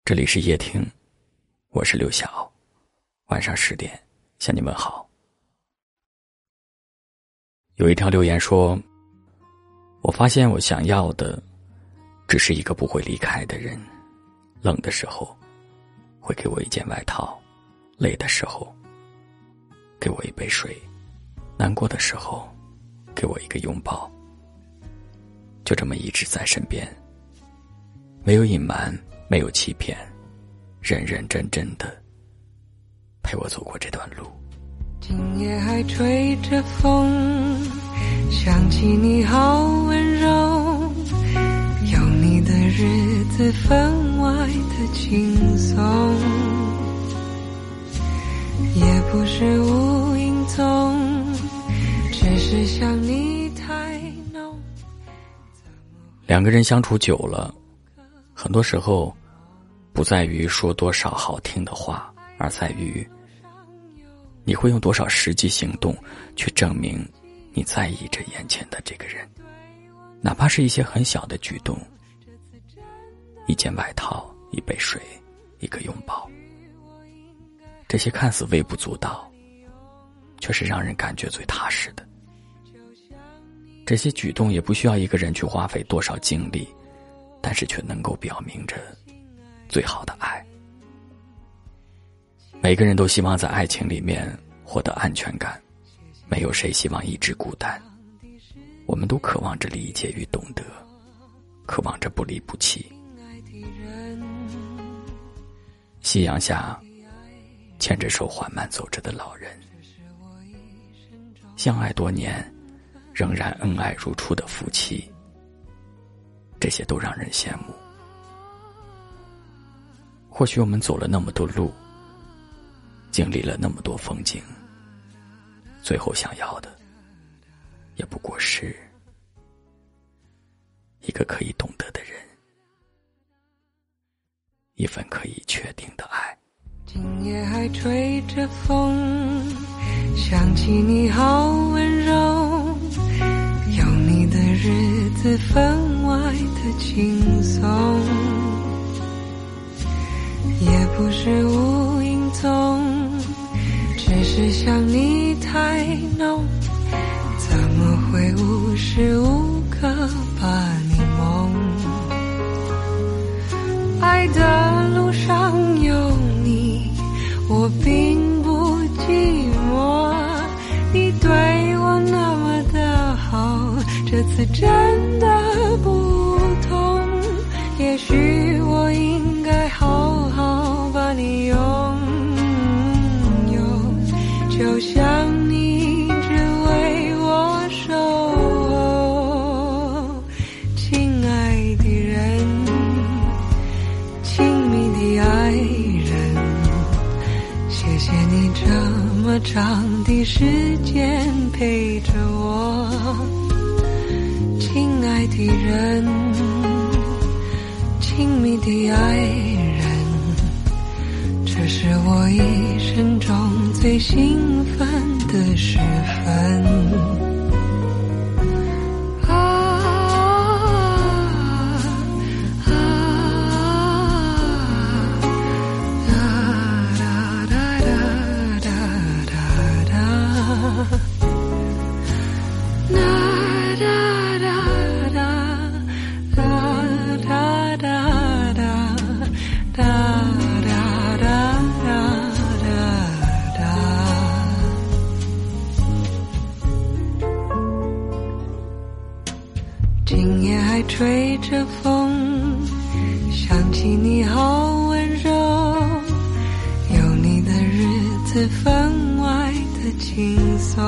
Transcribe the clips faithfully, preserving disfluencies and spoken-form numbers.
这里是夜听，我是刘晓，晚上十点向你问好。有一条留言说，我发现我想要的只是一个不会离开的人，冷的时候会给我一件外套，累的时候给我一杯水，难过的时候给我一个拥抱，就这么一直在身边，没有隐瞒，没有欺骗，认认真真的陪我走过这段路。 今夜还吹着风，想起你好温柔，有你的日子分外的轻松，也不是无影踪，只是想你太浓。 两个人相处久了，很多时候不在于说多少好听的话，而在于你会用多少实际行动去证明你在意着眼前的这个人。哪怕是一些很小的举动，一件外套，一杯水，一个拥抱，这些看似微不足道，却是让人感觉最踏实的。这些举动也不需要一个人去花费多少精力，但是却能够表明着最好的爱。每个人都希望在爱情里面获得安全感，没有谁希望一直孤单。我们都渴望着理解与懂得，渴望着不离不弃。夕阳下，牵着手缓慢走着的老人，相爱多年，仍然恩爱如初的夫妻，这些都让人羡慕。或许我们走了那么多路，经历了那么多风景，最后想要的也不过是一个可以懂得的人，一份可以确定的爱。 今夜还吹着风，想起你好温柔，有你的日子分外的轻松，也不是无影踪，只是想你太浓，怎么会无时无刻把你梦。爱的路上有你，我并不寂寞，你对我那么的好，这次真的不同，也许我应该好好把你拥有，就像你只为我守候。亲爱的人，亲密的爱人，谢谢你这么长的时间陪着我。亲爱的人，亲密的爱人，这是我一生中最兴奋的时分。今夜还吹着风，想起你好温柔，有你的日子分外的轻松，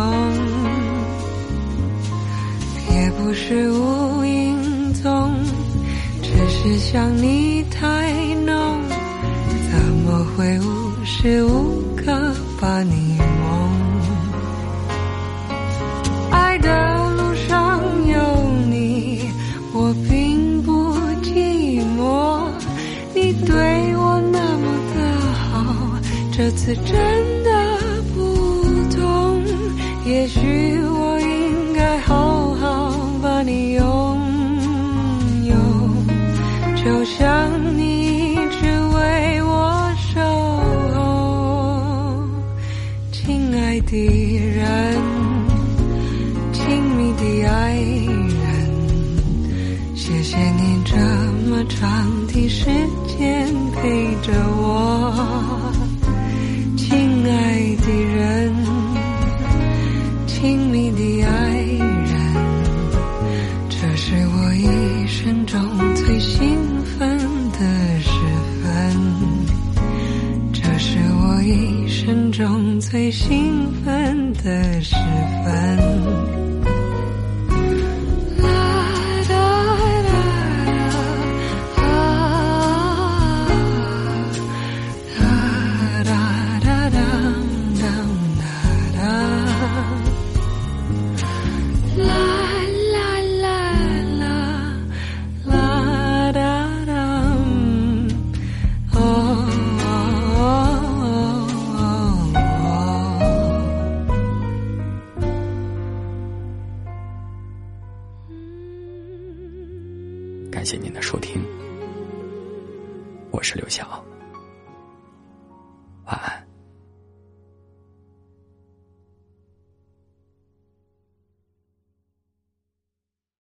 也不是无影踪，只是想你太浓，怎么会无时无刻把你梦。爱的路上有你，我并不寂寞，你对我那么的好，这次真的不同，也许我应该好好把你拥有，就像你只为陪着我。亲爱的人，亲密的爱人，这是我一生中最兴奋的时分，这是我一生中最兴奋的时分。 感谢您的收听，我是刘晓。